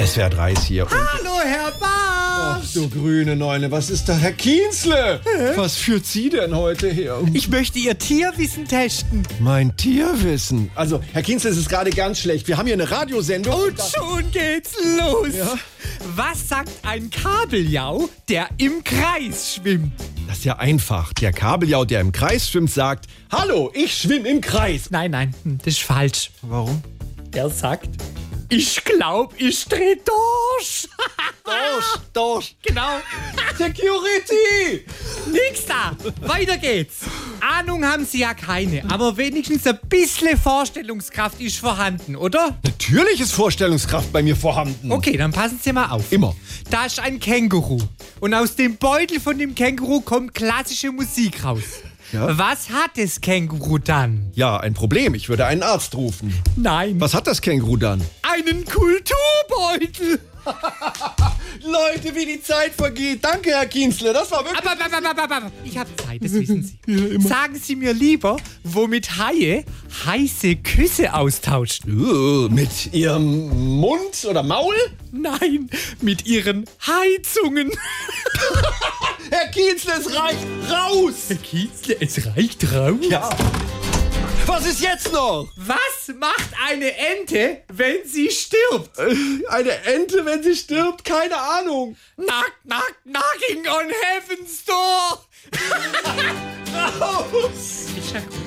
SWR 3 ist hier. Hallo, Herr Barsch! Ach du grüne Neune, was ist da, Herr Kienzle? Was führt Sie denn heute her? Ich möchte Ihr Tierwissen testen. Mein Tierwissen. Also, Herr Kienzle, es ist gerade ganz schlecht. Wir haben hier eine Radiosendung. Und schon geht's los. Ja? Was sagt ein Kabeljau, der im Kreis schwimmt? Das ist ja einfach. Der Kabeljau, der im Kreis schwimmt, sagt: Hallo, ich schwimme im Kreis. Nein, das ist falsch. Warum? Der sagt: Ich glaub, ich dreh durch. Durch. Genau. Security! Nix da. Weiter geht's. Ahnung haben Sie ja keine, aber wenigstens ein bisschen Vorstellungskraft ist vorhanden, oder? Natürlich ist Vorstellungskraft bei mir vorhanden. Okay, dann passen Sie mal auf. Immer. Da ist ein Känguru. Und aus dem Beutel von dem Känguru kommt klassische Musik raus. Ja? Was hat das Känguru dann? Ja, ein Problem. Ich würde einen Arzt rufen. Nein. Was hat das Känguru dann? Einen Kulturbeutel. Leute, wie die Zeit vergeht. Danke, Herr Kienzle. Das war wirklich... Aber, ich habe Zeit, das wissen Sie. Sagen Sie mir lieber, womit Haie heiße Küsse austauschen. Mit Ihrem Mund oder Maul? Nein, mit ihren Heizungen. Herr Kienzle, es reicht. Raus! Herr Kienzle, es reicht raus. Ja. Was ist jetzt noch? Was macht eine Ente, wenn sie stirbt? Eine Ente, wenn sie stirbt? Keine Ahnung. Knocking on heaven's door. Raus! Ist ja gut.